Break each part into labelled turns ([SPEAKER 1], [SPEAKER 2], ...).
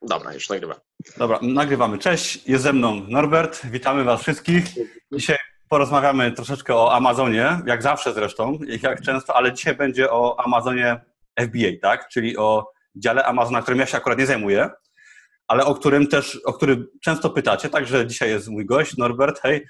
[SPEAKER 1] Dobra, już nagrywam.
[SPEAKER 2] Dobra, nagrywamy. Cześć, jest ze mną Norbert, witamy Was wszystkich. Dzisiaj porozmawiamy troszeczkę o Amazonie, jak zawsze zresztą, jak często, ale dzisiaj będzie o Amazonie FBA, tak? Czyli o dziale Amazona, którym ja się akurat nie zajmuję, ale o którym często pytacie, także dzisiaj jest mój gość, Norbert, hej.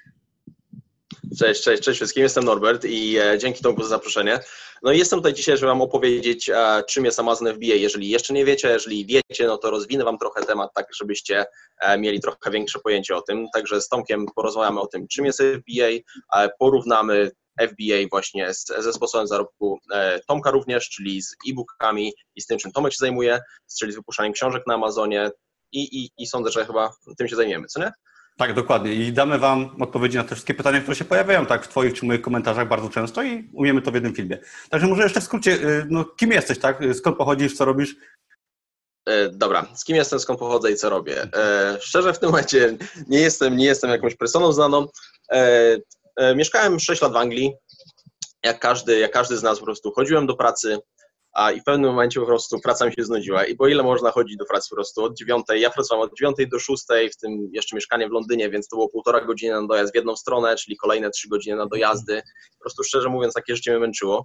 [SPEAKER 1] Cześć wszystkim, jestem Norbert i dzięki Tomku za zaproszenie. No i jestem tutaj dzisiaj, żeby Wam opowiedzieć, czym jest Amazon FBA. Jeżeli jeszcze nie wiecie, jeżeli wiecie, no to rozwinę Wam trochę temat, tak żebyście mieli trochę większe pojęcie o tym. Także z Tomkiem porozmawiamy o tym, czym jest FBA, porównamy FBA właśnie ze sposobem zarobku Tomka również, czyli z e-bookami i z tym, czym Tomek się zajmuje, czyli z wypuszczaniem książek na Amazonie i sądzę, że chyba tym się zajmiemy, co nie?
[SPEAKER 2] Tak, dokładnie. I damy Wam odpowiedzi na te wszystkie pytania, które się pojawiają tak w Twoich czy moich komentarzach bardzo często i umiemy to w jednym filmie. Także może jeszcze w skrócie, no, kim jesteś, tak? Skąd pochodzisz, co robisz?
[SPEAKER 1] Dobra, z kim jestem, skąd pochodzę i co robię? Szczerze w tym momencie nie jestem jakąś personą znaną. Mieszkałem 6 lat w Anglii. Jak każdy z nas po prostu chodziłem do pracy, i w pewnym momencie po prostu praca mi się znudziła. I bo ile można chodzić do pracy po prostu od 9, ja pracowałem od 9 do 6, w tym jeszcze mieszkanie w Londynie, więc to było 1,5 godziny na dojazd w jedną stronę, czyli kolejne 3 godziny na dojazdy. Po prostu szczerze mówiąc, takie życie mnie męczyło.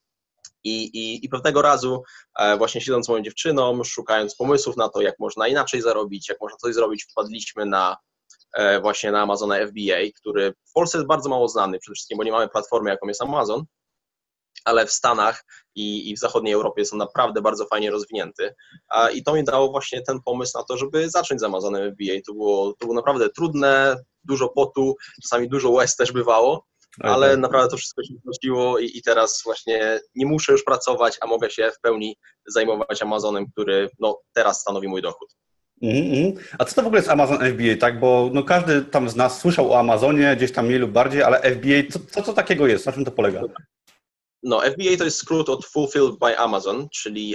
[SPEAKER 1] I pewnego razu właśnie siedząc z moją dziewczyną, szukając pomysłów na to, jak można inaczej zarobić, jak można coś zrobić, wpadliśmy właśnie na Amazona FBA, który w Polsce jest bardzo mało znany, przede wszystkim, bo nie mamy platformy, jaką jest Amazon, ale w Stanach i w zachodniej Europie są naprawdę bardzo fajnie rozwinięty. I to mi dało właśnie ten pomysł na to, żeby zacząć z Amazonem FBA. To było naprawdę trudne, dużo potu, czasami dużo łez też bywało, ale naprawdę to wszystko się znosiło i teraz właśnie nie muszę już pracować, a mogę się w pełni zajmować Amazonem, który no, teraz stanowi mój dochód.
[SPEAKER 2] A co to w ogóle jest Amazon FBA, tak? Bo no, każdy tam z nas słyszał o Amazonie, gdzieś tam mniej lub bardziej, ale FBA, co takiego jest? Na czym to polega?
[SPEAKER 1] No, FBA to jest skrót od Fulfilled by Amazon,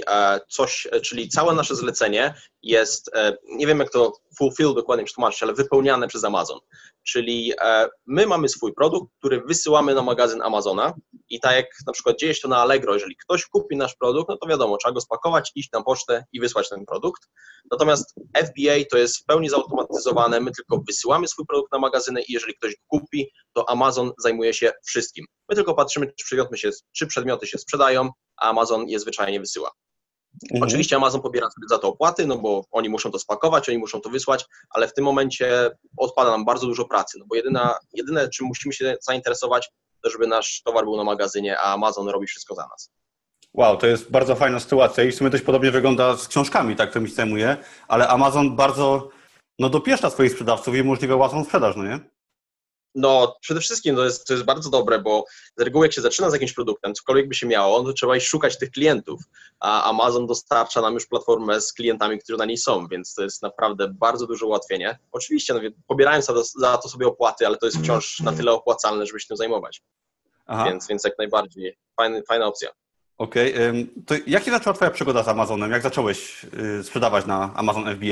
[SPEAKER 1] czyli całe nasze zlecenie jest, nie wiem jak to fulfill dokładnie przetłumaczyć, ale wypełniane przez Amazon. Czyli my mamy swój produkt, który wysyłamy na magazyn Amazona i tak jak na przykład dzieje się to na Allegro, jeżeli ktoś kupi nasz produkt, no to wiadomo, trzeba go spakować, iść na pocztę i wysłać ten produkt. Natomiast FBA to jest w pełni zautomatyzowane, my tylko wysyłamy swój produkt na magazyny i jeżeli ktoś go kupi, to Amazon zajmuje się wszystkim. My tylko patrzymy, czy przedmioty się sprzedają, a Amazon je zwyczajnie wysyła. Oczywiście Amazon pobiera sobie za to opłaty, no bo oni muszą to spakować, oni muszą to wysłać, ale w tym momencie odpada nam bardzo dużo pracy, no bo jedyne czym musimy się zainteresować, to żeby nasz towar był na magazynie, a Amazon robi wszystko za nas.
[SPEAKER 2] Wow, to jest bardzo fajna sytuacja i w sumie dość podobnie wygląda z książkami, tak, którymi się zajmuje, ale Amazon bardzo dopieszcza swoich sprzedawców i umożliwia łatwą sprzedaż, no nie?
[SPEAKER 1] No, przede wszystkim to jest bardzo dobre, bo z reguły jak się zaczyna z jakimś produktem, cokolwiek by się miało, to trzeba iść szukać tych klientów, a Amazon dostarcza nam już platformę z klientami, którzy na niej są, więc to jest naprawdę bardzo duże ułatwienie. Oczywiście, no, pobierają za to sobie opłaty, ale to jest wciąż na tyle opłacalne, żeby się tym zajmować. Więc jak najbardziej fajna opcja.
[SPEAKER 2] Okej. To jak się zaczęła Twoja przygoda z Amazonem? Jak zacząłeś sprzedawać na Amazon FBA?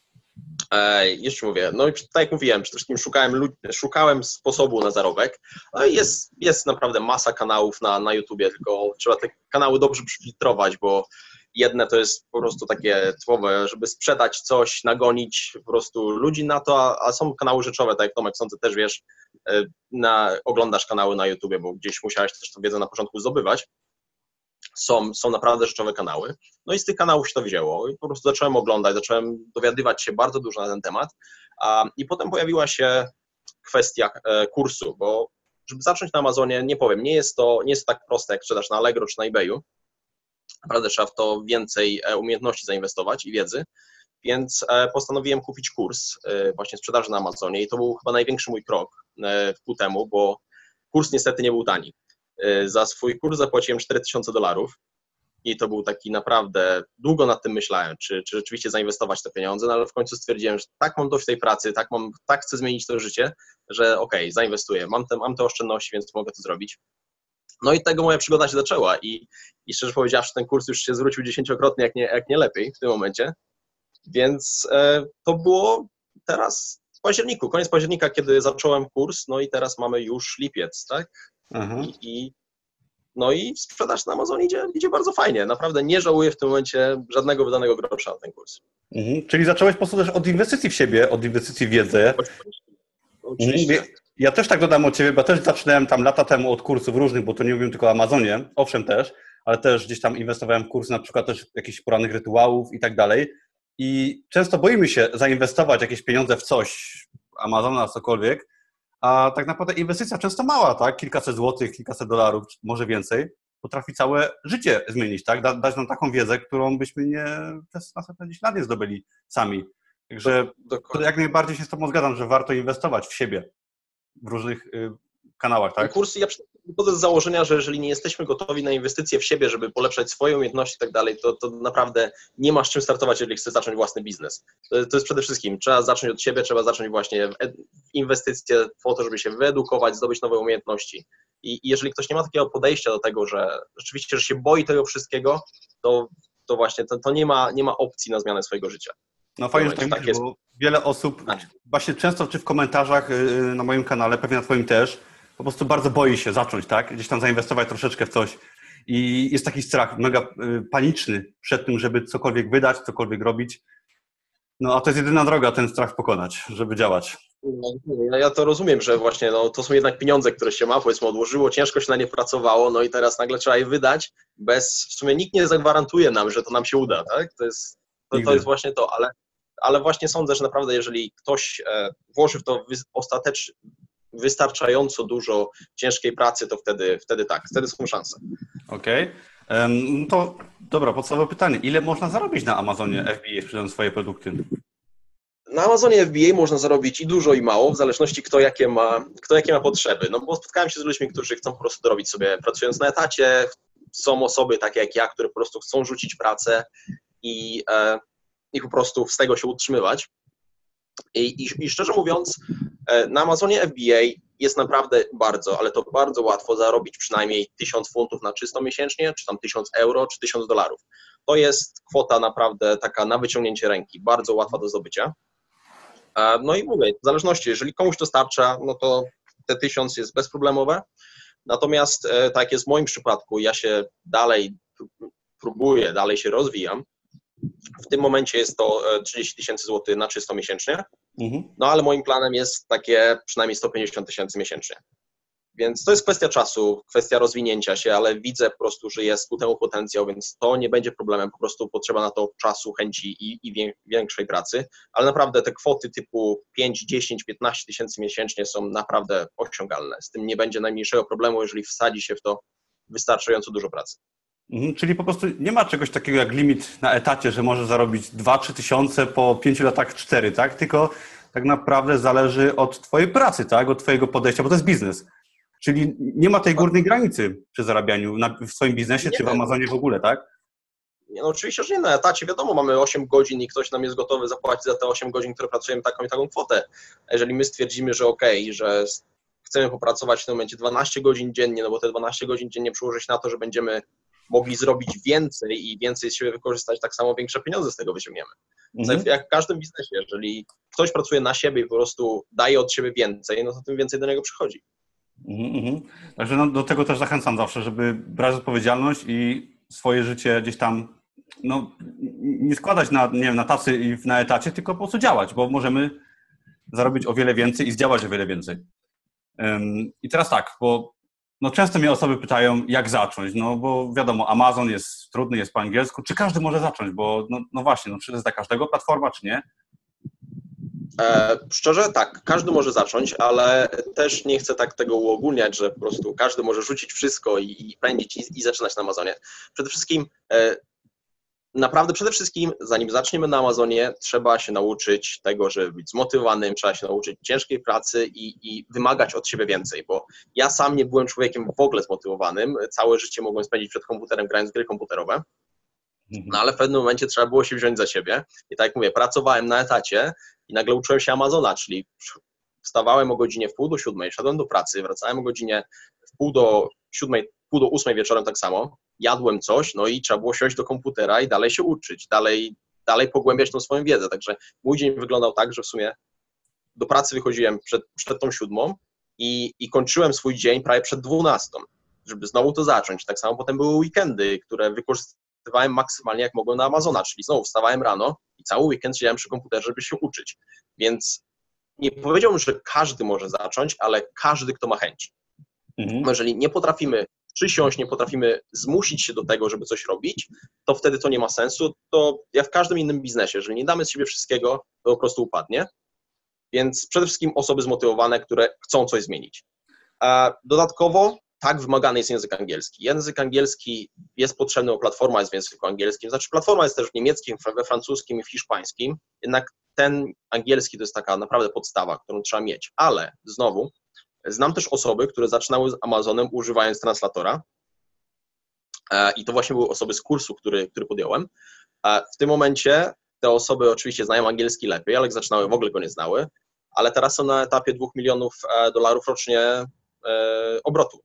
[SPEAKER 1] Jeszcze mówię, no i tak jak mówiłem, przede wszystkim szukałem sposobu na zarobek. No i jest naprawdę masa kanałów na YouTubie, tylko trzeba te kanały dobrze przefiltrować, bo jedne to jest po prostu takie typowe, żeby sprzedać coś, nagonić po prostu ludzi na to, a są kanały rzeczowe, tak jak Tomek, sądzę, też wiesz, oglądasz kanały na YouTubie, bo gdzieś musiałeś też tę wiedzę na początku zdobywać. Są naprawdę rzeczowe kanały. No i z tych kanałów się to wzięło. I po prostu zacząłem oglądać, zacząłem dowiadywać się bardzo dużo na ten temat. I potem pojawiła się kwestia kursu, bo żeby zacząć na Amazonie, nie powiem, nie jest to tak proste, jak sprzedaż na Allegro czy na eBayu. Naprawdę trzeba w to więcej umiejętności zainwestować i wiedzy. Więc postanowiłem kupić kurs właśnie sprzedaży na Amazonie i to był chyba największy mój krok ku temu, bo kurs niestety nie był tani. Za swój kurs zapłaciłem $4000 i to był taki naprawdę, długo nad tym myślałem, czy rzeczywiście zainwestować te pieniądze, no ale w końcu stwierdziłem, że tak mam dość tej pracy, tak chcę zmienić to życie, że okej, zainwestuję, mam te oszczędności, więc mogę to zrobić. No i tego moja przygoda się zaczęła i szczerze powiedziawszy, ten kurs już się zwrócił 10-krotnie, jak nie lepiej w tym momencie, więc to było teraz w październiku, koniec października, kiedy zacząłem kurs, no i teraz mamy już lipiec, tak? no i sprzedaż na Amazonie idzie bardzo fajnie. Naprawdę nie żałuję w tym momencie żadnego wydanego grosza na ten kurs.
[SPEAKER 2] Czyli zacząłeś po prostu też od inwestycji w siebie, od inwestycji w wiedzę.
[SPEAKER 1] Oczywiście.
[SPEAKER 2] Ja też tak dodam od ciebie, bo też zaczynałem tam lata temu od kursów różnych, bo to nie mówię tylko o Amazonie, owszem też, ale też gdzieś tam inwestowałem w kursy na przykład też jakichś porannych rytuałów i tak dalej. I często boimy się zainwestować jakieś pieniądze w coś, Amazona, cokolwiek, a tak naprawdę inwestycja często mała, tak? Kilkaset złotych, kilkaset dolarów, może więcej, potrafi całe życie zmienić, tak? Dać nam taką wiedzę, którą byśmy przez następne 10 lat nie zdobyli sami. Także to jak najbardziej się z tobą zgadzam, że warto inwestować w siebie w różnych kanałach, tak?
[SPEAKER 1] Kursy, ja wychodzę z założenia, że jeżeli nie jesteśmy gotowi na inwestycje w siebie, żeby polepszać swoje umiejętności i tak dalej, to naprawdę nie masz czym startować, jeżeli chcesz zacząć własny biznes. To jest przede wszystkim, trzeba zacząć od siebie, trzeba zacząć właśnie w inwestycje po to, żeby się wyedukować, zdobyć nowe umiejętności. I jeżeli ktoś nie ma takiego podejścia do tego, że rzeczywiście, że się boi tego wszystkiego, to właśnie to nie ma opcji na zmianę swojego życia.
[SPEAKER 2] No fajnie, że tak mówisz, bo wiele osób, właśnie często czy w komentarzach na moim kanale, pewnie na twoim też, po prostu bardzo boi się zacząć, tak? Gdzieś tam zainwestować troszeczkę w coś i jest taki strach mega paniczny przed tym, żeby cokolwiek wydać, cokolwiek robić. No a to jest jedyna droga, ten strach pokonać, żeby działać.
[SPEAKER 1] Ja to rozumiem, że właśnie to są jednak pieniądze, które się ma, powiedzmy odłożyło, ciężko się na nie pracowało, no i teraz nagle trzeba je wydać, w sumie nikt nie zagwarantuje nam, że to nam się uda, tak? To jest właśnie to, ale właśnie sądzę, że naprawdę jeżeli ktoś włoży w to wystarczająco dużo ciężkiej pracy, to wtedy są szanse.
[SPEAKER 2] Okej. To dobra, podstawowe pytanie. Ile można zarobić na Amazonie FBA, sprzedając swoje produkty?
[SPEAKER 1] Na Amazonie FBA można zarobić i dużo, i mało, w zależności kto jakie ma potrzeby. No bo spotkałem się z ludźmi, którzy chcą po prostu dorobić sobie, pracując na etacie. Są osoby takie jak ja, które po prostu chcą rzucić pracę i po prostu z tego się utrzymywać. I szczerze mówiąc, na Amazonie FBA jest naprawdę ale to bardzo łatwo zarobić przynajmniej 1000 funtów na czysto miesięcznie, czy tam 1000 euro, czy $1000. To jest kwota naprawdę taka na wyciągnięcie ręki, bardzo łatwa do zdobycia. No i mówię, w zależności, jeżeli komuś to starcza, no to te 1000 jest bezproblemowe. Natomiast tak jak jest w moim przypadku, ja się dalej próbuję, dalej się rozwijam. W tym momencie jest to 30 000 złotych na czysto miesięcznie, no ale moim planem jest takie przynajmniej 150 000 miesięcznie. Więc to jest kwestia czasu, kwestia rozwinięcia się, ale widzę po prostu, że jest ku temu potencjał, więc to nie będzie problemem, po prostu potrzeba na to czasu, chęci i większej pracy, ale naprawdę te kwoty typu 5, 10, 15 tysięcy miesięcznie są naprawdę osiągalne. Z tym nie będzie najmniejszego problemu, jeżeli wsadzi się w to wystarczająco dużo pracy.
[SPEAKER 2] Czyli po prostu nie ma czegoś takiego jak limit na etacie, że możesz zarobić 2-3 tysiące, po 5 latach 4, tak? Tylko tak naprawdę zależy od twojej pracy, tak? Od twojego podejścia, bo to jest biznes. Czyli nie ma tej górnej granicy przy zarabianiu w swoim biznesie, czy w Amazonie w ogóle, tak?
[SPEAKER 1] Nie, no oczywiście, że nie. Na etacie wiadomo, mamy 8 godzin i ktoś nam jest gotowy zapłacić za te 8 godzin, które pracujemy taką i taką kwotę. A jeżeli my stwierdzimy, że że chcemy popracować w tym momencie 12 godzin dziennie, no bo te 12 godzin dziennie przełoży się na to, że będziemy mogli zrobić więcej i więcej z siebie wykorzystać, tak samo większe pieniądze z tego wyciągniemy. Jak w każdym biznesie, jeżeli ktoś pracuje na siebie i po prostu daje od siebie więcej, no to tym więcej do niego przychodzi.
[SPEAKER 2] Także do tego też zachęcam zawsze, żeby brać odpowiedzialność i swoje życie gdzieś tam nie składać na tacy i na etacie, tylko po prostu działać, bo możemy zarobić o wiele więcej i zdziałać o wiele więcej. I teraz tak, bo często mnie osoby pytają, jak zacząć, bo wiadomo, Amazon jest trudny, jest po angielsku, czy każdy może zacząć, bo właśnie, czy to jest dla każdego platforma, czy nie?
[SPEAKER 1] Szczerze tak, każdy może zacząć, ale też nie chcę tak tego uogólniać, że po prostu każdy może rzucić wszystko i pędzić i zaczynać na Amazonie. Przede wszystkim, zanim zaczniemy na Amazonie, trzeba się nauczyć tego, żeby być zmotywowanym, trzeba się nauczyć ciężkiej pracy i wymagać od siebie więcej, bo ja sam nie byłem człowiekiem w ogóle zmotywowanym, całe życie mogłem spędzić przed komputerem grając w gry komputerowe, no ale w pewnym momencie trzeba było się wziąć za siebie i tak jak mówię, pracowałem na etacie i nagle uczyłem się Amazona, czyli wstawałem o godzinie 6:30, szedłem do pracy, wracałem o godzinie 6:30, 7:30 wieczorem tak samo, jadłem coś, no i trzeba było siąść do komputera i dalej się uczyć, dalej pogłębiać tą swoją wiedzę, także mój dzień wyglądał tak, że w sumie do pracy wychodziłem przed tą 7:00 i kończyłem swój dzień prawie przed 12:00. żeby znowu to zacząć. Tak samo potem były weekendy, które wykorzystywałem maksymalnie jak mogłem na Amazona, czyli znowu wstawałem rano i cały weekend siedziałem przy komputerze, żeby się uczyć. Więc nie powiedziałbym, że każdy może zacząć, ale każdy, kto ma chęć. Jeżeli nie potrafimy przysiąść, nie potrafimy zmusić się do tego, żeby coś robić, to wtedy to nie ma sensu. To jak w każdym innym biznesie, jeżeli nie damy z siebie wszystkiego, to po prostu upadnie. Więc przede wszystkim osoby zmotywowane, które chcą coś zmienić. Dodatkowo tak wymagany jest język angielski. Język angielski jest potrzebny, bo platforma jest w języku angielskim. Znaczy platforma jest też w niemieckim, we francuskim i w hiszpańskim. Jednak ten angielski to jest taka naprawdę podstawa, którą trzeba mieć. Ale znowu, znam też osoby, które zaczynały z Amazonem używając translatora i to właśnie były osoby z kursu, który podjąłem. W tym momencie te osoby oczywiście znają angielski lepiej, ale jak zaczynały, w ogóle go nie znały, ale teraz są na etapie $2 milionów rocznie obrotu.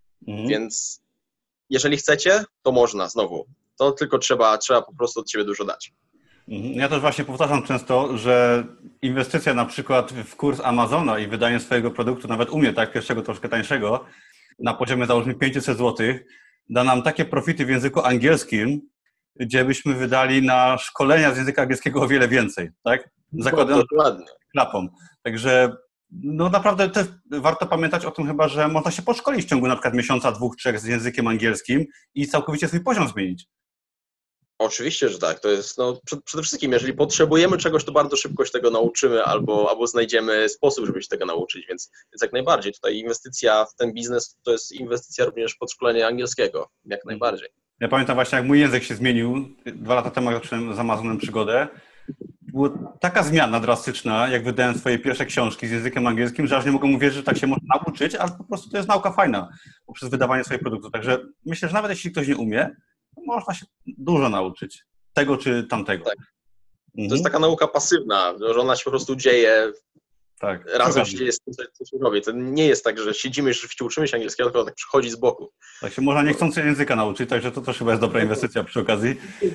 [SPEAKER 1] Więc jeżeli chcecie, to można znowu. To tylko trzeba po prostu od siebie dużo dać.
[SPEAKER 2] Ja też właśnie powtarzam często, że inwestycja na przykład w kurs Amazona i wydanie swojego produktu, nawet u mnie, tak, pierwszego troszkę tańszego, na poziomie załóżmy 500 zł, da nam takie profity w języku angielskim, gdzie byśmy wydali na szkolenia z języka angielskiego o wiele więcej, tak? Zakładając klapą. Także no naprawdę też warto pamiętać o tym chyba, że można się poszkolić w ciągu na przykład miesiąca, 2, 3 z językiem angielskim i całkowicie swój poziom zmienić.
[SPEAKER 1] Oczywiście, że tak. To jest przede wszystkim, jeżeli potrzebujemy czegoś, to bardzo szybko się tego nauczymy albo znajdziemy sposób, żeby się tego nauczyć, więc jak najbardziej. Tutaj inwestycja w ten biznes to jest inwestycja również w podszkolenie angielskiego, jak najbardziej.
[SPEAKER 2] Ja pamiętam właśnie, jak mój język się zmienił. 2 lata temu jak zacząłem z Amazonem przygodę. Była taka zmiana drastyczna, jak wydałem swoje pierwsze książki z językiem angielskim, że aż nie mogę uwierzyć, że tak się można nauczyć, ale po prostu to jest nauka fajna poprzez wydawanie swojego produktu. Także myślę, że nawet jeśli ktoś nie umie, to można się dużo nauczyć tego czy tamtego.
[SPEAKER 1] Tak. To jest taka nauka pasywna, że ona się po prostu dzieje.
[SPEAKER 2] Tak.
[SPEAKER 1] Razem się dzieje z tym, co się robi. To nie jest tak, że siedzimy, że uczymy się angielskiego, tylko tak przychodzi z boku.
[SPEAKER 2] Tak się można niechcący języka nauczyć, także to też chyba jest dobra inwestycja przy okazji.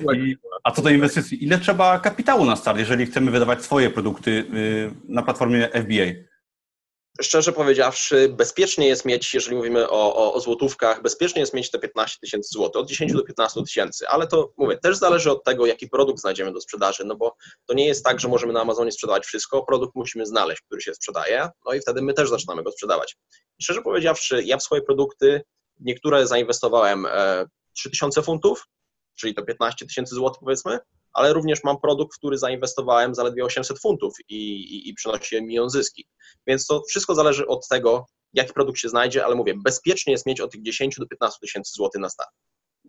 [SPEAKER 2] A co do inwestycji, ile trzeba kapitału na start, jeżeli chcemy wydawać swoje produkty na platformie FBA?
[SPEAKER 1] Szczerze powiedziawszy, bezpiecznie jest mieć, jeżeli mówimy o złotówkach, bezpiecznie jest mieć te 15 000 złotych, od 10 do 15 000, ale to mówię, też zależy od tego, jaki produkt znajdziemy do sprzedaży, no bo to nie jest tak, że możemy na Amazonie sprzedawać wszystko, produkt musimy znaleźć, który się sprzedaje, no i wtedy my też zaczynamy go sprzedawać. I szczerze powiedziawszy, ja w swoje produkty, niektóre zainwestowałem 3000 funtów, czyli to 15 000 złotych powiedzmy, ale również mam produkt, w który zainwestowałem zaledwie 800 funtów i przynosi milion zyski. Więc to wszystko zależy od tego, jaki produkt się znajdzie, ale mówię, bezpiecznie jest mieć od tych 10 do 15 000 złotych na start.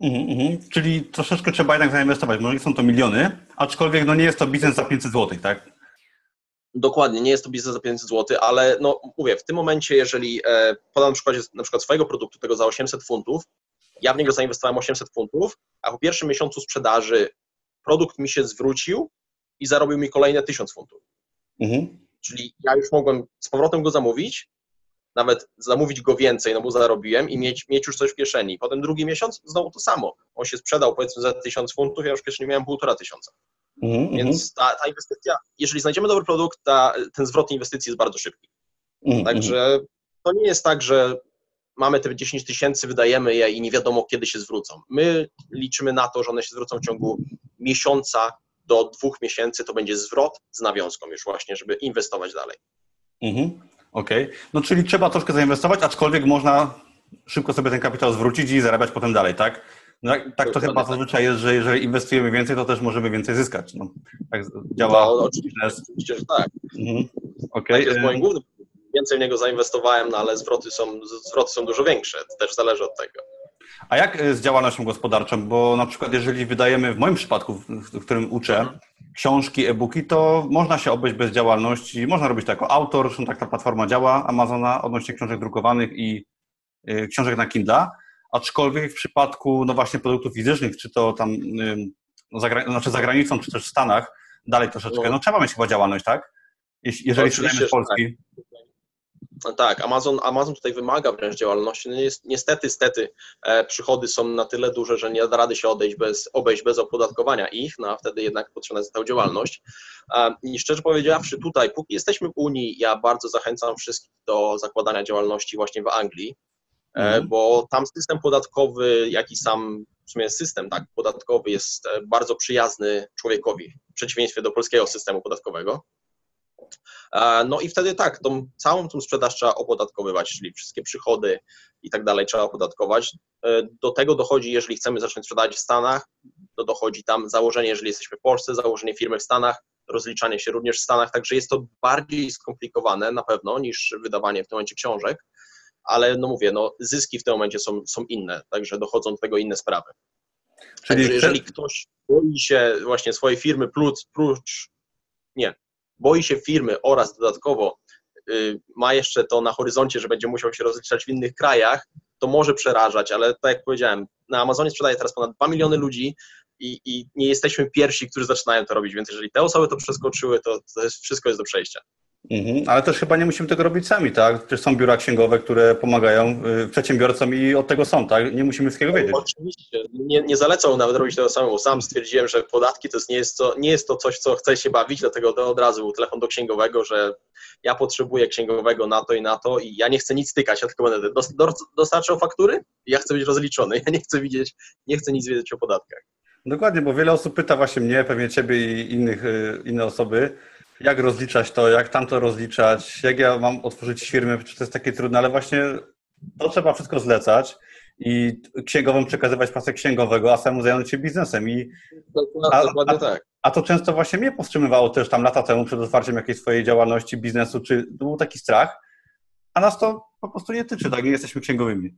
[SPEAKER 2] Czyli troszeczkę trzeba jednak zainwestować. Może nie są to miliony, aczkolwiek no nie jest to biznes za 500 złotych, tak?
[SPEAKER 1] Dokładnie, nie jest to biznes za 500 zł, ale no mówię, w tym momencie, jeżeli podam przykładzie na przykład swojego produktu, tego za 800 funtów, ja w niego zainwestowałem 800 funtów, a po pierwszym miesiącu sprzedaży produkt mi się zwrócił i zarobił mi kolejne 1000 funtów. Czyli ja już mogłem z powrotem go zamówić, nawet zamówić go więcej, no bo zarobiłem i mieć już coś w kieszeni. Potem drugi miesiąc znowu to samo. On się sprzedał powiedzmy za 1000 funtów, ja już w kieszeni miałem 1500. Więc ta inwestycja, jeżeli znajdziemy dobry produkt, ten zwrot inwestycji jest bardzo szybki. Także to nie jest tak, że mamy te 10 000, wydajemy je i nie wiadomo kiedy się zwrócą. My liczymy na to, że one się zwrócą w ciągu miesiąca do 2 miesięcy, to będzie zwrot z nawiązką już właśnie, żeby inwestować dalej.
[SPEAKER 2] Okej. No czyli trzeba troszkę zainwestować, aczkolwiek można szybko sobie ten kapitał zwrócić i zarabiać potem dalej, tak? No, tak to chyba zazwyczaj jest, że jeżeli inwestujemy więcej, to też możemy więcej zyskać. No, tak działa.
[SPEAKER 1] No, oczywiście, że tak.
[SPEAKER 2] Okay.
[SPEAKER 1] Tak jest moim głównym. Więcej w niego zainwestowałem, no ale zwroty są dużo większe. To też zależy od tego.
[SPEAKER 2] A jak z działalnością gospodarczą? Bo na przykład jeżeli wydajemy, w moim przypadku, w którym uczę, książki, e-booki, to można się obejść bez działalności. Można robić to jako autor, zresztą tak ta platforma działa, Amazona, odnośnie książek drukowanych i książek na Kindle. Aczkolwiek w przypadku no właśnie produktów fizycznych, czy to tam za granicą, czy też w Stanach, dalej troszeczkę, no trzeba mieć chyba działalność, tak? Jeżeli sprzedajemy z Polski.
[SPEAKER 1] Tak, Amazon tutaj wymaga wręcz działalności. No niestety, przychody są na tyle duże, że nie da rady się obejść bez opodatkowania ich, no a wtedy jednak potrzebna jest ta działalność. I szczerze powiedziawszy, tutaj, póki jesteśmy w Unii, ja bardzo zachęcam wszystkich do zakładania działalności właśnie w Anglii. bo tam system podatkowy, jak i sam w sumie system tak, podatkowy jest bardzo przyjazny człowiekowi, w przeciwieństwie do polskiego systemu podatkowego. No i wtedy tak, całą tą sprzedaż trzeba opodatkowywać, czyli wszystkie przychody i tak dalej trzeba opodatkować. Do tego dochodzi, jeżeli chcemy zacząć sprzedawać w Stanach, to dochodzi tam założenie, jeżeli jesteśmy w Polsce, założenie firmy w Stanach, rozliczanie się również w Stanach, także jest to bardziej skomplikowane na pewno niż wydawanie w tym momencie książek, ale no mówię, no zyski w tym momencie są inne, także dochodzą do tego inne sprawy. Czyli także jeżeli ktoś boi się właśnie swojej firmy boi się firmy oraz dodatkowo ma jeszcze to na horyzoncie, że będzie musiał się rozliczać w innych krajach, to może przerażać, ale tak jak powiedziałem, na Amazonie sprzedaje teraz ponad 2 miliony ludzi i nie jesteśmy pierwsi, którzy zaczynają to robić, więc jeżeli te osoby to przeskoczyły, to wszystko jest do przejścia.
[SPEAKER 2] Ale też chyba nie musimy tego robić sami, tak? Przecież są biura księgowe, które pomagają przedsiębiorcom i od tego są, tak? Nie musimy wszystkiego wiedzieć.
[SPEAKER 1] Oczywiście. Nie zalecam nawet robić tego samemu. Sam stwierdziłem, że podatki to nie jest to coś, co chcę się bawić, dlatego od razu był telefon do księgowego, że ja potrzebuję księgowego na to i ja nie chcę nic stykać, ja tylko będę dostarczał faktury i ja chcę być rozliczony. Ja nie chcę nic wiedzieć o podatkach.
[SPEAKER 2] Dokładnie, bo wiele osób pyta właśnie mnie, pewnie ciebie i inne osoby, jak rozliczać to, jak tamto rozliczać, jak ja mam otworzyć firmę, czy to jest takie trudne, ale właśnie to trzeba wszystko zlecać i księgowym przekazywać pracę księgowego, a samemu zająć się biznesem.
[SPEAKER 1] Dokładnie tak.
[SPEAKER 2] A to często właśnie mnie powstrzymywało też tam lata temu przed otwarciem jakiejś swojej działalności, biznesu, czy to był taki strach, a nas to po prostu nie tyczy, tak, nie jesteśmy księgowymi.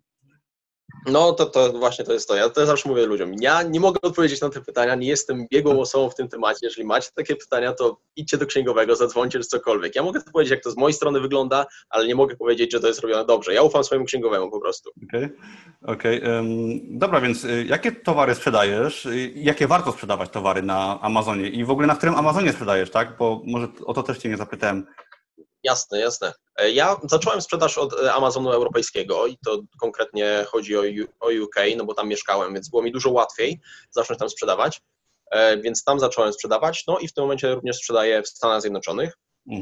[SPEAKER 1] No to właśnie to jest to. Ja też zawsze mówię ludziom, ja nie mogę odpowiedzieć na te pytania, nie jestem biegłą osobą w tym temacie. Jeżeli macie takie pytania, to idźcie do księgowego, zadzwońcie czy cokolwiek. Ja mogę powiedzieć, jak to z mojej strony wygląda, ale nie mogę powiedzieć, że to jest robione dobrze. Ja ufam swojemu księgowemu po prostu.
[SPEAKER 2] Okej. Dobra, więc jakie towary sprzedajesz? Jakie warto sprzedawać towary na Amazonie? I w ogóle na którym Amazonie sprzedajesz, tak? Bo może o to też cię nie zapytałem.
[SPEAKER 1] Jasne. Ja zacząłem sprzedaż od Amazonu europejskiego i to konkretnie chodzi o UK, no bo tam mieszkałem, więc było mi dużo łatwiej zacząć tam sprzedawać, więc tam zacząłem sprzedawać, no i w tym momencie również sprzedaję w Stanach Zjednoczonych,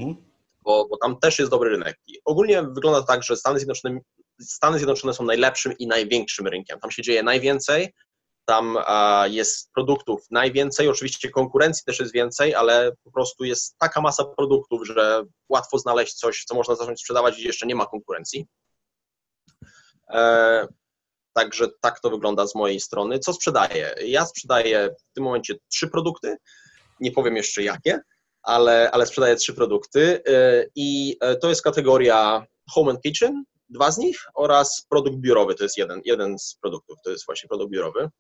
[SPEAKER 1] bo tam też jest dobry rynek. I ogólnie wygląda tak, że Stany Zjednoczone są najlepszym i największym rynkiem, tam się dzieje najwięcej, tam jest produktów najwięcej, oczywiście konkurencji też jest więcej, ale po prostu jest taka masa produktów, że łatwo znaleźć coś, co można zacząć sprzedawać, gdzie jeszcze nie ma konkurencji. Także tak to wygląda z mojej strony. Co sprzedaję? Ja sprzedaję w tym momencie 3 produkty, nie powiem jeszcze jakie, ale sprzedaję 3 produkty i to jest kategoria Home and Kitchen, 2 z nich oraz produkt biurowy, to jest jeden z produktów, to jest właśnie produkt biurowy.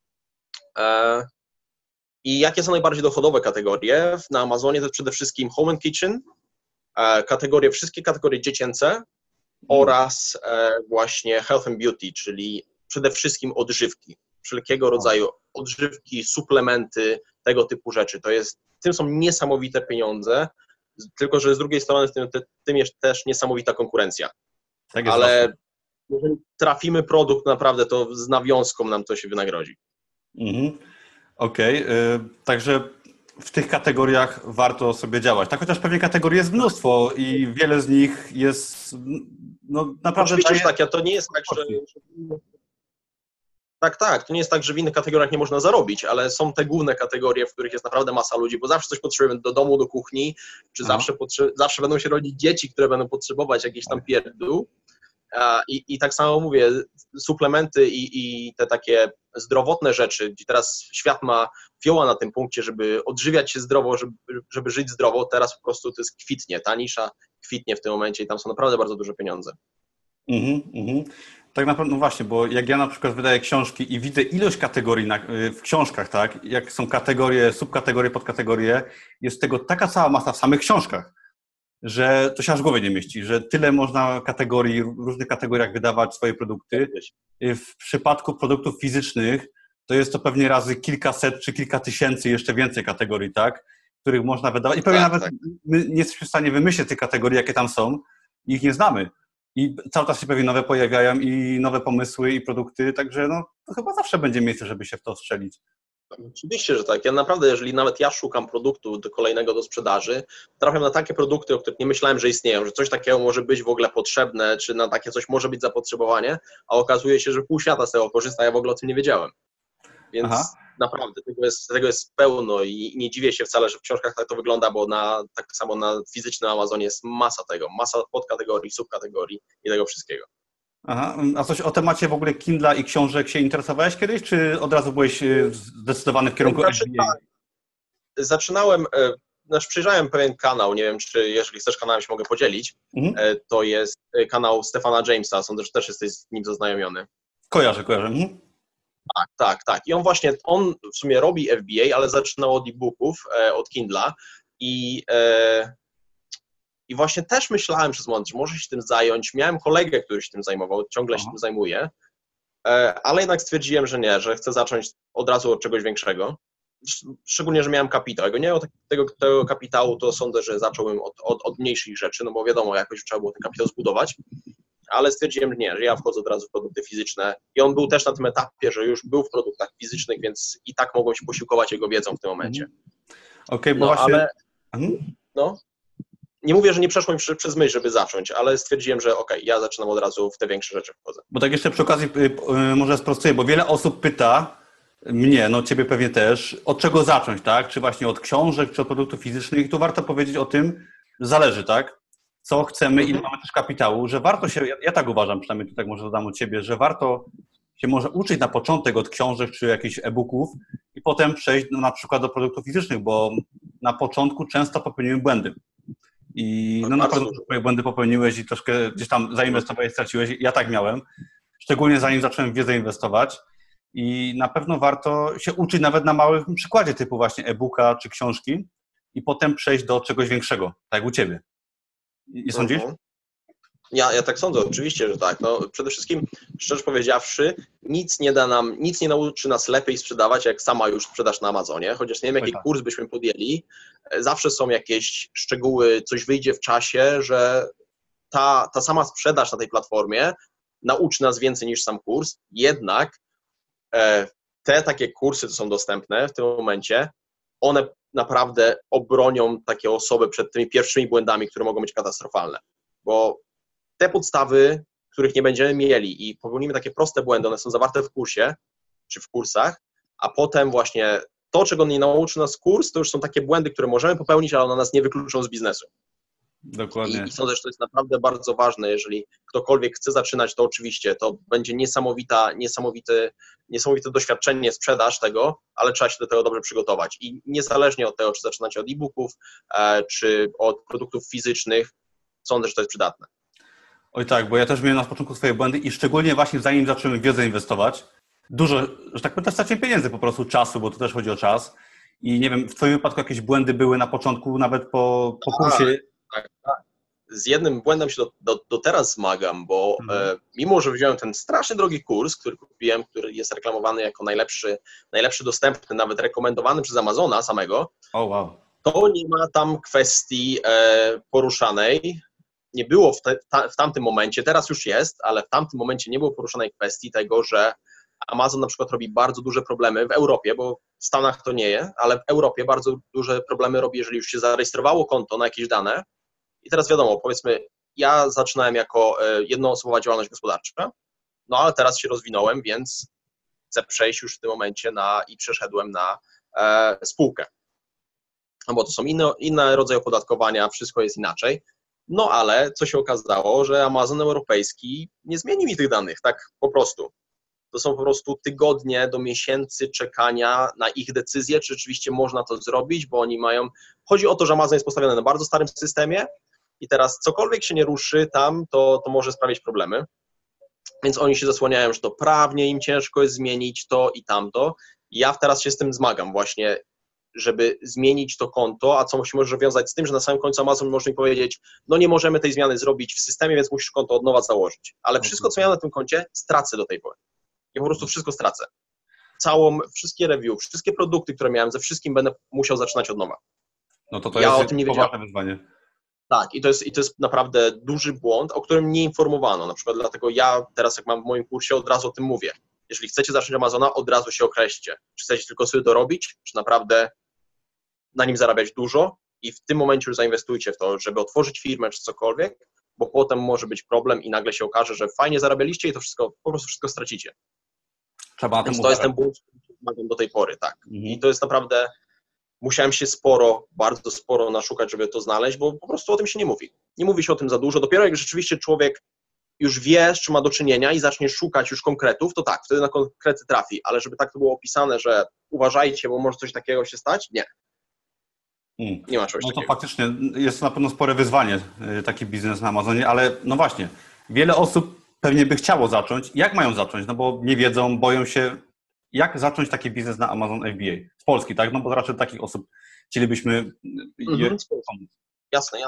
[SPEAKER 1] I jakie są najbardziej dochodowe kategorie na Amazonie? To jest przede wszystkim Home and Kitchen, wszystkie kategorie dziecięce oraz właśnie Health and Beauty, czyli przede wszystkim odżywki, wszelkiego rodzaju odżywki, suplementy, tego typu rzeczy. Tym są niesamowite pieniądze, tylko że z drugiej strony tym jest też niesamowita konkurencja. Tak jest. Ale jeżeli trafimy produkt naprawdę, to z nawiązką nam to się wynagrodzi.
[SPEAKER 2] Okej. Także w tych kategoriach warto sobie działać. Tak, chociaż pewnie kategorii jest mnóstwo i wiele z nich jest naprawdę...
[SPEAKER 1] Oczywiście, że tak. To nie jest tak, że... Tak. To nie jest tak, że w innych kategoriach nie można zarobić, ale są te główne kategorie, w których jest naprawdę masa ludzi, bo zawsze coś potrzebujemy do domu, do kuchni, czy zawsze będą się rodzić dzieci, które będą potrzebować jakichś tam pierdół. I tak samo mówię, suplementy i te takie zdrowotne rzeczy, gdzie teraz świat ma fioła na tym punkcie, żeby odżywiać się zdrowo, żeby żyć zdrowo, teraz po prostu to jest kwitnie, ta nisza kwitnie w tym momencie i tam są naprawdę bardzo duże pieniądze.
[SPEAKER 2] Tak naprawdę, no właśnie, bo jak ja na przykład wydaję książki i widzę ilość kategorii w książkach, tak, jak są kategorie, subkategorie, podkategorie, jest tego taka cała masa w samych książkach, że to się aż w głowie nie mieści, że tyle można kategorii, w różnych kategoriach wydawać swoje produkty. W przypadku produktów fizycznych to jest to pewnie razy kilkaset czy kilka tysięcy, jeszcze więcej kategorii, tak, których można wydawać. I pewnie nawet my nie jesteśmy w stanie wymyślić tych kategorii, jakie tam są, i ich nie znamy. I cały czas się pewnie nowe pojawiają i nowe pomysły i produkty, także to chyba zawsze będzie miejsce, żeby się w to strzelić.
[SPEAKER 1] Oczywiście, że tak. Ja naprawdę, jeżeli nawet ja szukam produktu do kolejnego do sprzedaży, trafiam na takie produkty, o których nie myślałem, że istnieją, że coś takiego może być w ogóle potrzebne, czy na takie coś może być zapotrzebowanie, a okazuje się, że pół świata z tego korzysta, ja w ogóle o tym nie wiedziałem. Więc naprawdę, tego jest pełno i nie dziwię się wcale, że w książkach tak to wygląda, bo tak samo na fizycznym Amazonie jest masa tego, masa podkategorii, subkategorii i tego wszystkiego.
[SPEAKER 2] Aha. A coś o temacie w ogóle Kindla i książek się interesowałeś kiedyś, czy od razu byłeś zdecydowany w kierunku FBA?
[SPEAKER 1] Tak. Zaczynałem, przejrzałem pewien kanał, nie wiem, czy jeżeli chcesz kanałem się mogę podzielić, to jest kanał Stephana Jamesa, sądzę, że też jesteś z nim zaznajomiony.
[SPEAKER 2] Kojarzę.
[SPEAKER 1] Tak. I on w sumie robi FBA, ale zaczynał od e-booków, od Kindla i właśnie też myślałem przez moment, że może się tym zająć. Miałem kolegę, który się tym zajmował, ciągle się tym zajmuje, ale jednak stwierdziłem, że nie, że chcę zacząć od razu od czegoś większego. Szczególnie, że miałem kapitał. Jak nie miał tego kapitału, to sądzę, że zacząłbym od mniejszych rzeczy, no bo wiadomo, jakoś trzeba było ten kapitał zbudować, ale stwierdziłem, że nie, że ja wchodzę od razu w produkty fizyczne i on był też na tym etapie, że już był w produktach fizycznych, więc i tak mogłem się posiłkować jego wiedzą w tym momencie.
[SPEAKER 2] Okej, bo właśnie...
[SPEAKER 1] Nie mówię, że nie przeszło mi przez myśl, żeby zacząć, ale stwierdziłem, że ja zaczynam od razu w te większe rzeczy wchodzę.
[SPEAKER 2] Bo tak jeszcze przy okazji może sprostuję, bo wiele osób pyta mnie, no ciebie pewnie też, od czego zacząć, tak? Czy właśnie od książek, czy od produktów fizycznych. I tu warto powiedzieć o tym, że zależy, tak? Co chcemy, ile mamy też kapitału, że warto się, ja tak uważam, przynajmniej tutaj może dodam od ciebie, że warto się może uczyć na początek od książek czy jakichś e-booków i potem przejść na przykład do produktów fizycznych, bo na początku często popełnimy błędy. I no na pewno swoje błędy popełniłeś i troszkę gdzieś tam zainwestowałeś, straciłeś. Ja tak miałem, szczególnie zanim zacząłem w wiedzę inwestować i na pewno warto się uczyć nawet na małym przykładzie typu właśnie e-booka czy książki i potem przejść do czegoś większego, tak jak u ciebie. Nie sądzisz?
[SPEAKER 1] Ja tak sądzę, oczywiście, że tak. No, przede wszystkim, szczerze powiedziawszy, nic nie nauczy nas lepiej sprzedawać, jak sama już sprzedaż na Amazonie, chociaż nie wiem, jaki kurs byśmy podjęli, zawsze są jakieś szczegóły, coś wyjdzie w czasie, że ta sama sprzedaż na tej platformie nauczy nas więcej niż sam kurs, jednak te takie kursy, co są dostępne w tym momencie, one naprawdę obronią takie osoby przed tymi pierwszymi błędami, które mogą być katastrofalne, bo te podstawy, których nie będziemy mieli i popełnimy takie proste błędy, one są zawarte w kursie czy w kursach, a potem właśnie to, czego nie nauczy nas kurs, to już są takie błędy, które możemy popełnić, ale one nas nie wykluczą z biznesu.
[SPEAKER 2] Dokładnie.
[SPEAKER 1] I sądzę, że to jest naprawdę bardzo ważne. Jeżeli ktokolwiek chce zaczynać, to oczywiście to będzie niesamowite doświadczenie, sprzedaż tego, ale trzeba się do tego dobrze przygotować. I niezależnie od tego, czy zaczynacie od e-booków, czy od produktów fizycznych, sądzę, że to jest przydatne.
[SPEAKER 2] Oj tak, bo ja też miałem na początku swoje błędy i szczególnie właśnie zanim zacząłem w wiedzę inwestować, dużo, że tak powiem, też straciłem pieniędzy, po prostu czasu, bo to też chodzi o czas. I nie wiem, w twoim wypadku jakieś błędy były na początku, nawet po kursie?
[SPEAKER 1] Tak. Z jednym błędem się do teraz zmagam, bo mimo, że wziąłem ten strasznie drogi kurs, który kupiłem, który jest reklamowany jako najlepszy dostępny, nawet rekomendowany przez Amazona samego, to nie ma tam kwestii poruszanej. Nie było w tamtym momencie, teraz już jest, ale w tamtym momencie nie było poruszanej kwestii tego, że Amazon na przykład robi bardzo duże problemy w Europie, bo w Stanach to nie jest, ale w Europie bardzo duże problemy robi, jeżeli już się zarejestrowało konto na jakieś dane. I teraz wiadomo, powiedzmy, ja zaczynałem jako jednoosobowa działalność gospodarcza, no ale teraz się rozwinąłem, więc chcę przejść już w tym momencie i przeszedłem na spółkę. No bo to są inne rodzaje opodatkowania, wszystko jest inaczej. No ale co się okazało, że Amazon europejski nie zmienił mi tych danych, tak po prostu. To są po prostu tygodnie do miesięcy czekania na ich decyzję, czy rzeczywiście można to zrobić, bo oni mają... Chodzi o to, że Amazon jest postawiony na bardzo starym systemie i teraz cokolwiek się nie ruszy tam, to może sprawić problemy. Więc oni się zasłaniają, że to prawnie im ciężko jest zmienić to i tamto. I ja teraz się z tym zmagam właśnie, żeby zmienić to konto, a co się może wiązać z tym, że na samym końcu Amazon może mi powiedzieć, no nie możemy tej zmiany zrobić w systemie, więc musisz konto od nowa założyć. Ale wszystko, co ja na tym koncie, stracę do tej pory. Ja po prostu wszystko stracę. Wszystkie review, wszystkie produkty, które miałem, ze wszystkim będę musiał zaczynać od nowa.
[SPEAKER 2] No to
[SPEAKER 1] ja
[SPEAKER 2] jest
[SPEAKER 1] o tym nie wiedziałem.
[SPEAKER 2] Wyzwanie.
[SPEAKER 1] Tak, i to jest naprawdę duży błąd, o którym nie informowano. Na przykład dlatego ja teraz, jak mam w moim kursie, od razu o tym mówię. Jeżeli chcecie zacząć Amazona, od razu się określcie, czy chcecie tylko sobie to robić, czy naprawdę na nim zarabiać dużo i w tym momencie już zainwestujcie w to, żeby otworzyć firmę czy cokolwiek, bo potem może być problem i nagle się okaże, że fajnie zarabialiście i to wszystko, po prostu wszystko stracicie.
[SPEAKER 2] Trzeba na tym
[SPEAKER 1] Więc to jest ten
[SPEAKER 2] uważać.
[SPEAKER 1] błąd, który pomagam do tej pory, tak.
[SPEAKER 2] Mhm.
[SPEAKER 1] I to jest naprawdę, musiałem się bardzo sporo naszukać, żeby to znaleźć, bo po prostu o tym się nie mówi. Nie mówi się o tym za dużo. Dopiero jak rzeczywiście człowiek już wie, z czym ma do czynienia i zacznie szukać już konkretów, to tak, wtedy na konkrety trafi, ale żeby tak to było opisane, że uważajcie, bo może coś takiego się stać, nie. Nie ma czegoś
[SPEAKER 2] No to
[SPEAKER 1] takiego.
[SPEAKER 2] faktycznie jest na pewno spore wyzwanie, taki biznes na Amazonie, ale no właśnie, wiele osób pewnie by chciało zacząć. Jak mają zacząć? No bo nie wiedzą, boją się. Jak zacząć taki biznes na Amazon FBA? Z Polski, tak? No bo raczej takich osób chcielibyśmy pomóc.
[SPEAKER 1] Jasne.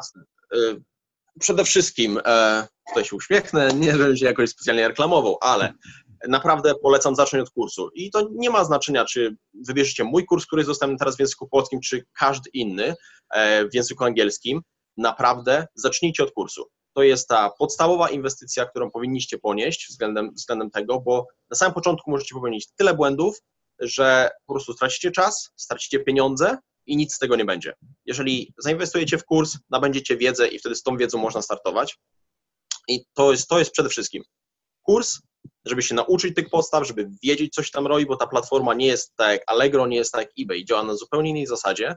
[SPEAKER 1] Przede wszystkim, tutaj się uśmiechnę, nie żebym się jakoś specjalnie reklamował, ale naprawdę polecam zacząć od kursu. I to nie ma znaczenia, czy wybierzecie mój kurs, który jest dostępny teraz w języku polskim, czy każdy inny w języku angielskim. Naprawdę zacznijcie od kursu. To jest ta podstawowa inwestycja, którą powinniście ponieść względem tego, bo na samym początku możecie popełnić tyle błędów, że po prostu stracicie czas, stracicie pieniądze i nic z tego nie będzie. Jeżeli zainwestujecie w kurs, nabędziecie wiedzę i wtedy z tą wiedzą można startować. I to jest przede wszystkim kurs, żeby się nauczyć tych podstaw, żeby wiedzieć, co się tam robi, bo ta platforma nie jest tak jak Allegro, nie jest tak jak eBay, działa na zupełnie innej zasadzie.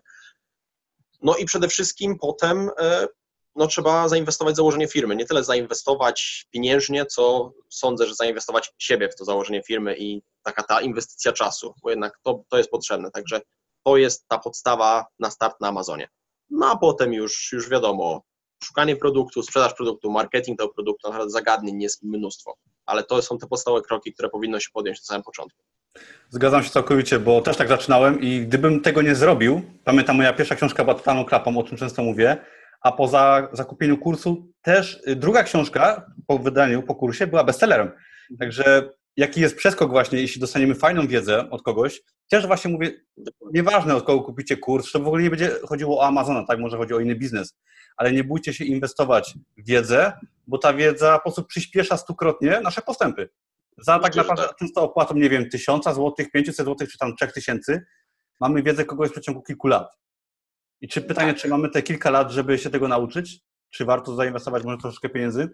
[SPEAKER 1] No i przede wszystkim potem trzeba zainwestować w założenie firmy. Nie tyle zainwestować pieniężnie, co sądzę, że zainwestować w siebie w to założenie firmy i ta inwestycja czasu, bo jednak to jest potrzebne. Także to jest ta podstawa na start na Amazonie. No a potem już wiadomo, szukanie produktu, sprzedaż produktu, marketing tego produktu, naprawdę zagadnień jest mnóstwo, ale to są te podstawowe kroki, które powinno się podjąć na samym początku.
[SPEAKER 2] Zgadzam się całkowicie, bo też tak zaczynałem i gdybym tego nie zrobił, pamiętam, moja pierwsza książka była totalną klapą, o czym często mówię, a po zakupieniu kursu też druga książka po wydaniu, po kursie była bestsellerem. Także jaki jest przeskok właśnie, jeśli dostaniemy fajną wiedzę od kogoś, też właśnie mówię, nieważne od kogo kupicie kurs, to w ogóle nie będzie chodziło o Amazona, tak, może chodzi o inny biznes, ale nie bójcie się inwestować w wiedzę, bo ta wiedza po prostu przyspiesza stukrotnie nasze postępy. Za tak naprawdę często opłatą, nie wiem, 1000 złotych, 500 złotych, czy tam 3000, mamy wiedzę kogoś w przeciągu kilku lat. I pytanie, czy mamy te kilka lat, żeby się tego nauczyć? Czy warto zainwestować może troszeczkę pieniędzy?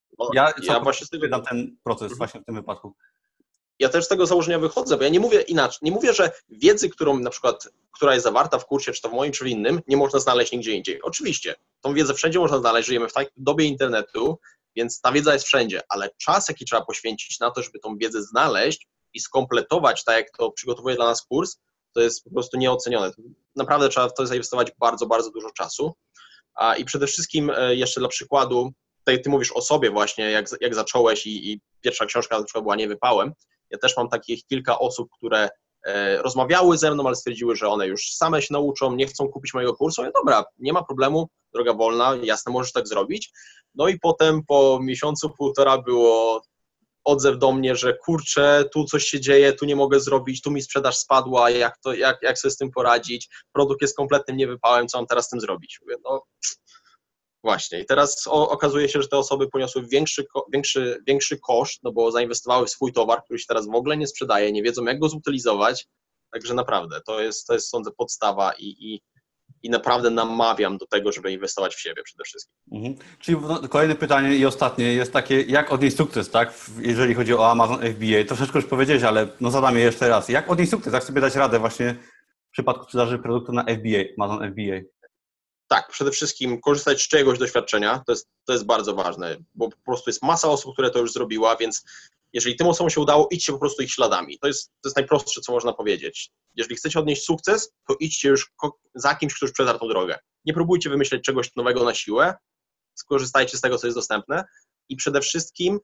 [SPEAKER 2] Ja właśnie dam ten proces właśnie w tym wypadku.
[SPEAKER 1] Ja też z tego założenia wychodzę, bo ja nie mówię inaczej. Nie mówię, że wiedzy, która jest zawarta w kursie, czy to w moim, czy w innym, nie można znaleźć nigdzie indziej. Oczywiście, tą wiedzę wszędzie można znaleźć, żyjemy w takiej dobie internetu, więc ta wiedza jest wszędzie, ale czas, jaki trzeba poświęcić na to, żeby tą wiedzę znaleźć i skompletować, tak jak to przygotowuje dla nas kurs, to jest po prostu nieocenione. Naprawdę trzeba w to zainwestować bardzo, bardzo dużo czasu. I przede wszystkim jeszcze dla przykładu, tutaj ty mówisz o sobie właśnie, jak zacząłeś i pierwsza książka na przykład była niewypałem. Ja też mam takich kilka osób, które rozmawiały ze mną, ale stwierdziły, że one już same się nauczą, nie chcą kupić mojego kursu. Ja, dobra, nie ma problemu, droga wolna, jasne, możesz tak zrobić. No i potem po miesiącu, półtora było odzew do mnie, że kurczę, tu coś się dzieje, tu nie mogę zrobić, tu mi sprzedaż spadła, jak sobie z tym poradzić, produkt jest kompletnym niewypałem, co mam teraz z tym zrobić? Mówię, no właśnie. I teraz okazuje się, że te osoby poniosły większy koszt, no bo zainwestowały w swój towar, który się teraz w ogóle nie sprzedaje, nie wiedzą, jak go zutylizować. Także naprawdę, to jest sądzę, podstawa i naprawdę namawiam do tego, żeby inwestować w siebie przede wszystkim.
[SPEAKER 2] Mhm. Czyli kolejne pytanie i ostatnie jest takie, jak odnieść sukces, tak? Jeżeli chodzi o Amazon FBA. Troszeczkę już powiedziałeś, ale zadam je jeszcze raz. Jak odnieść sukces? Jak sobie dać radę właśnie w przypadku sprzedaży produktu na FBA, Amazon FBA?
[SPEAKER 1] Tak, przede wszystkim korzystać z czyjegoś doświadczenia, to jest bardzo ważne, bo po prostu jest masa osób, które to już zrobiła, więc jeżeli tym osobom się udało, idźcie po prostu ich śladami. To jest najprostsze, co można powiedzieć. Jeżeli chcecie odnieść sukces, to idźcie już za kimś, kto już przetarł tą drogę. Nie próbujcie wymyśleć czegoś nowego na siłę, skorzystajcie z tego, co jest dostępne i przede wszystkim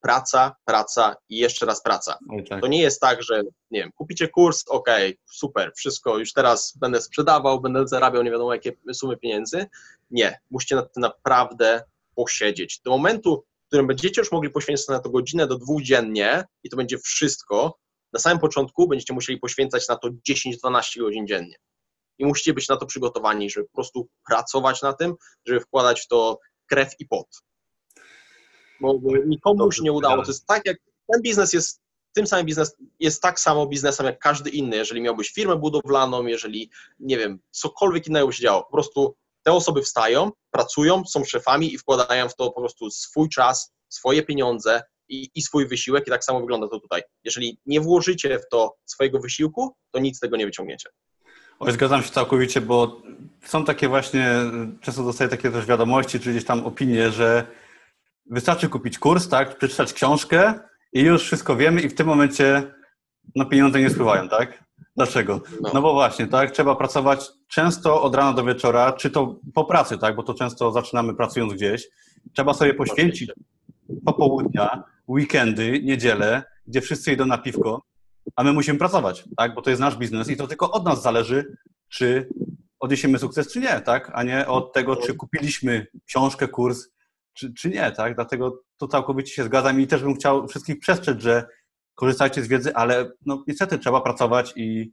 [SPEAKER 1] praca i jeszcze raz praca.
[SPEAKER 2] Tak.
[SPEAKER 1] To nie jest tak, że nie wiem, kupicie kurs, okej, super, wszystko, już teraz będę sprzedawał, będę zarabiał nie wiadomo jakie sumy pieniędzy. Nie, musicie nad tym naprawdę posiedzieć. Do momentu, w którym będziecie już mogli poświęcać na to godzinę do 2 dziennie i to będzie wszystko, na samym początku będziecie musieli poświęcać na to 10-12 godzin dziennie. I musicie być na to przygotowani, żeby po prostu pracować na tym, żeby wkładać w to krew i pot. Bo nikomu już nie udało. To jest tak, jak ten biznes jest tym samym biznes jest tak samo biznesem jak każdy inny. Jeżeli miałbyś firmę budowlaną, jeżeli, nie wiem, cokolwiek innego by się działo, po prostu te osoby wstają, pracują, są szefami i wkładają w to po prostu swój czas, swoje pieniądze i swój wysiłek i tak samo wygląda to tutaj. Jeżeli nie włożycie w to swojego wysiłku, to nic z tego nie wyciągniecie.
[SPEAKER 2] Oj, zgadzam się całkowicie, bo są takie właśnie, często dostaję takie też wiadomości, czy gdzieś tam opinie, że wystarczy kupić kurs, tak, przeczytać książkę i już wszystko wiemy i w tym momencie pieniądze nie spływają, tak? Dlaczego? No bo właśnie, tak, trzeba pracować często od rana do wieczora, czy to po pracy, tak, bo to często zaczynamy pracując gdzieś. Trzeba sobie poświęcić popołudnia, weekendy, niedzielę, gdzie wszyscy idą na piwko, a my musimy pracować, tak, bo to jest nasz biznes i to tylko od nas zależy, czy odniesiemy sukces, czy nie, tak, a nie od tego, czy kupiliśmy książkę, kurs, czy nie, tak, dlatego to całkowicie się zgadzam i też bym chciał wszystkich przestrzec, że korzystajcie z wiedzy, ale no niestety trzeba pracować i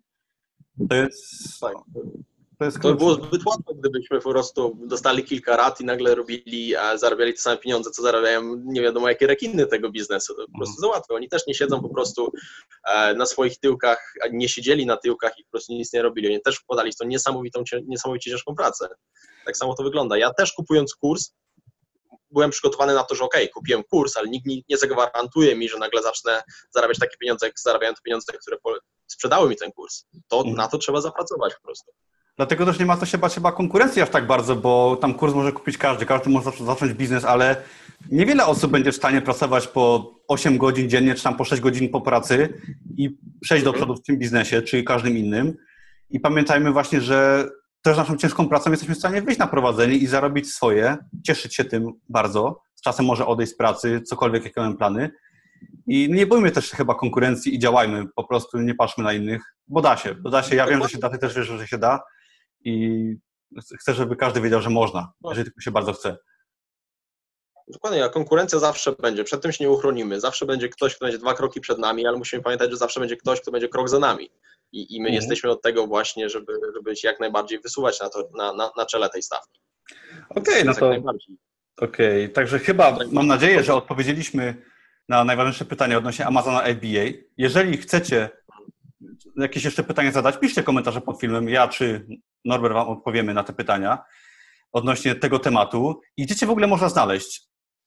[SPEAKER 2] to jest...
[SPEAKER 1] Tak.
[SPEAKER 2] To jest
[SPEAKER 1] to było zbyt łatwo, gdybyśmy po prostu dostali kilka rat i nagle zarabiali te same pieniądze, co zarabiają nie wiadomo jakie rekiny tego biznesu. To po prostu za łatwo. Oni też nie siedzą po prostu na swoich tyłkach, nie siedzieli na tyłkach i po prostu nic nie robili. Oni też wkładali w to niesamowicie ciężką pracę. Tak samo to wygląda. Ja też kupując kurs, byłem przygotowany na to, że kupiłem kurs, ale nikt nie zagwarantuje mi, że nagle zacznę zarabiać takie pieniądze, jak zarabiają te pieniądze, które sprzedały mi ten kurs. Na to trzeba zapracować po prostu.
[SPEAKER 2] Dlatego też nie ma co się bać chyba konkurencji aż tak bardzo, bo tam kurs może kupić każdy może zacząć biznes, ale niewiele osób będzie w stanie pracować po 8 godzin dziennie, czy tam po 6 godzin po pracy i przejść do przodu w tym biznesie, czy każdym innym. I pamiętajmy właśnie, że też naszą ciężką pracą jesteśmy w stanie wyjść na prowadzenie i zarobić swoje, cieszyć się tym bardzo, z czasem może odejść z pracy, cokolwiek, jakie mamy plany. I nie bójmy też chyba konkurencji i działajmy, po prostu nie patrzmy na innych, bo da się. Ja wiem, że się da, ty też wiesz, że się da i chcę, żeby każdy wiedział, że można, jeżeli tylko się bardzo chce.
[SPEAKER 1] Dokładnie, a konkurencja zawsze będzie, przed tym się nie uchronimy, zawsze będzie ktoś, kto będzie 2 kroki przed nami, ale musimy pamiętać, że zawsze będzie ktoś, kto będzie krok za nami i my jesteśmy od tego właśnie, żeby się jak najbardziej wysuwać na czele tej stawki.
[SPEAKER 2] Okej, no to także chyba mam nadzieję, że odpowiedzieliśmy na najważniejsze pytanie odnośnie Amazona FBA. Jeżeli chcecie jakieś jeszcze pytania zadać, piszcie komentarze pod filmem, ja czy Norbert wam odpowiemy na te pytania odnośnie tego tematu. I gdzie cię w ogóle można znaleźć?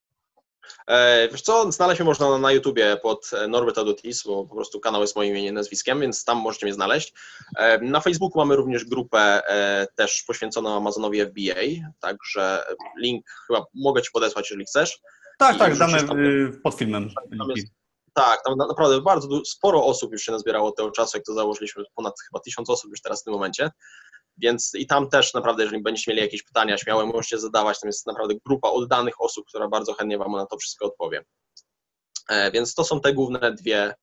[SPEAKER 1] Wiesz co, znaleźć mnie można na YouTubie pod Norbert Adotis, bo po prostu kanał jest moim imieniem i nazwiskiem, więc tam możecie mnie znaleźć. Na Facebooku mamy również grupę też poświęconą Amazonowi FBA, także link chyba mogę ci podesłać, jeżeli chcesz.
[SPEAKER 2] Tak, damy pod filmem.
[SPEAKER 1] Tam naprawdę sporo osób już się nazbierało od tego czasu, jak to założyliśmy, ponad chyba 1000 osób już teraz w tym momencie. Więc i tam też naprawdę, jeżeli będziecie mieli jakieś pytania, śmiało możecie zadawać. Tam jest naprawdę grupa oddanych osób, która bardzo chętnie wam na to wszystko odpowie. Więc to są te główne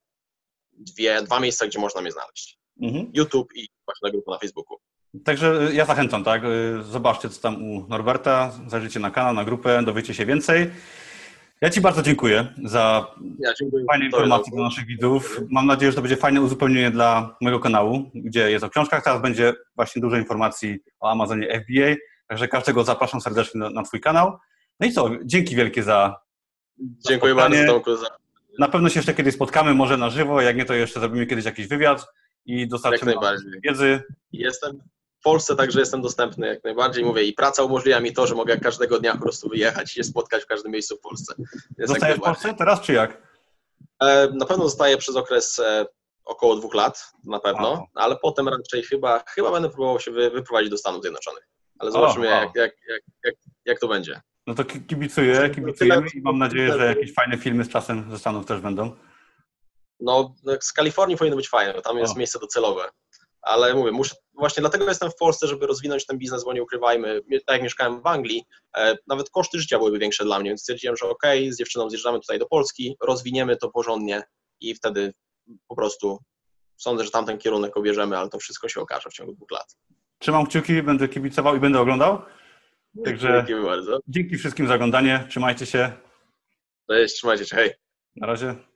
[SPEAKER 1] dwa miejsca, gdzie można mnie znaleźć. YouTube i właśnie grupa na Facebooku.
[SPEAKER 2] Także ja zachęcam, tak? Zobaczcie, co tam u Norberta, zajrzyjcie na kanał, na grupę, dowiecie się więcej. Ja ci bardzo dziękuję za fajne informacje dla naszych widzów. Mam nadzieję, że to będzie fajne uzupełnienie dla mojego kanału, gdzie jest o książkach. Teraz będzie właśnie dużo informacji o Amazonie FBA, także każdego zapraszam serdecznie na twój kanał. No i co, dzięki wielkie za
[SPEAKER 1] Dziękuję bardzo, Tomku.
[SPEAKER 2] Na pewno się jeszcze kiedyś spotkamy, może na żywo, jak nie, to jeszcze zrobimy kiedyś jakiś wywiad i dostarczymy wiedzy.
[SPEAKER 1] Jestem w Polsce, także jestem dostępny jak najbardziej. Mówię, i praca umożliwia mi to, że mogę każdego dnia po prostu wyjechać i się spotkać w każdym miejscu w Polsce.
[SPEAKER 2] Zostajesz w Polsce teraz, czy jak?
[SPEAKER 1] Na pewno zostaję przez okres około 2 lat, na pewno, ale potem raczej chyba będę próbował się wyprowadzić do Stanów Zjednoczonych. Ale zobaczymy, jak to będzie.
[SPEAKER 2] No to kibicujemy i mam nadzieję, że jakieś fajne filmy z czasem ze Stanów też będą.
[SPEAKER 1] No, z Kalifornii powinno być fajne, tam jest miejsce docelowe. Ale mówię, właśnie dlatego jestem w Polsce, żeby rozwinąć ten biznes, bo nie ukrywajmy, tak jak mieszkałem w Anglii, nawet koszty życia byłyby większe dla mnie, więc stwierdziłem, że z dziewczyną zjeżdżamy tutaj do Polski, rozwiniemy to porządnie i wtedy po prostu sądzę, że tamten kierunek obierzemy, ale to wszystko się okaże w ciągu 2 lat.
[SPEAKER 2] Trzymam kciuki, będę kibicował i będę oglądał. Także
[SPEAKER 1] dzięki bardzo.
[SPEAKER 2] Dzięki wszystkim za oglądanie, trzymajcie się.
[SPEAKER 1] Cześć, trzymajcie się, hej.
[SPEAKER 2] Na razie.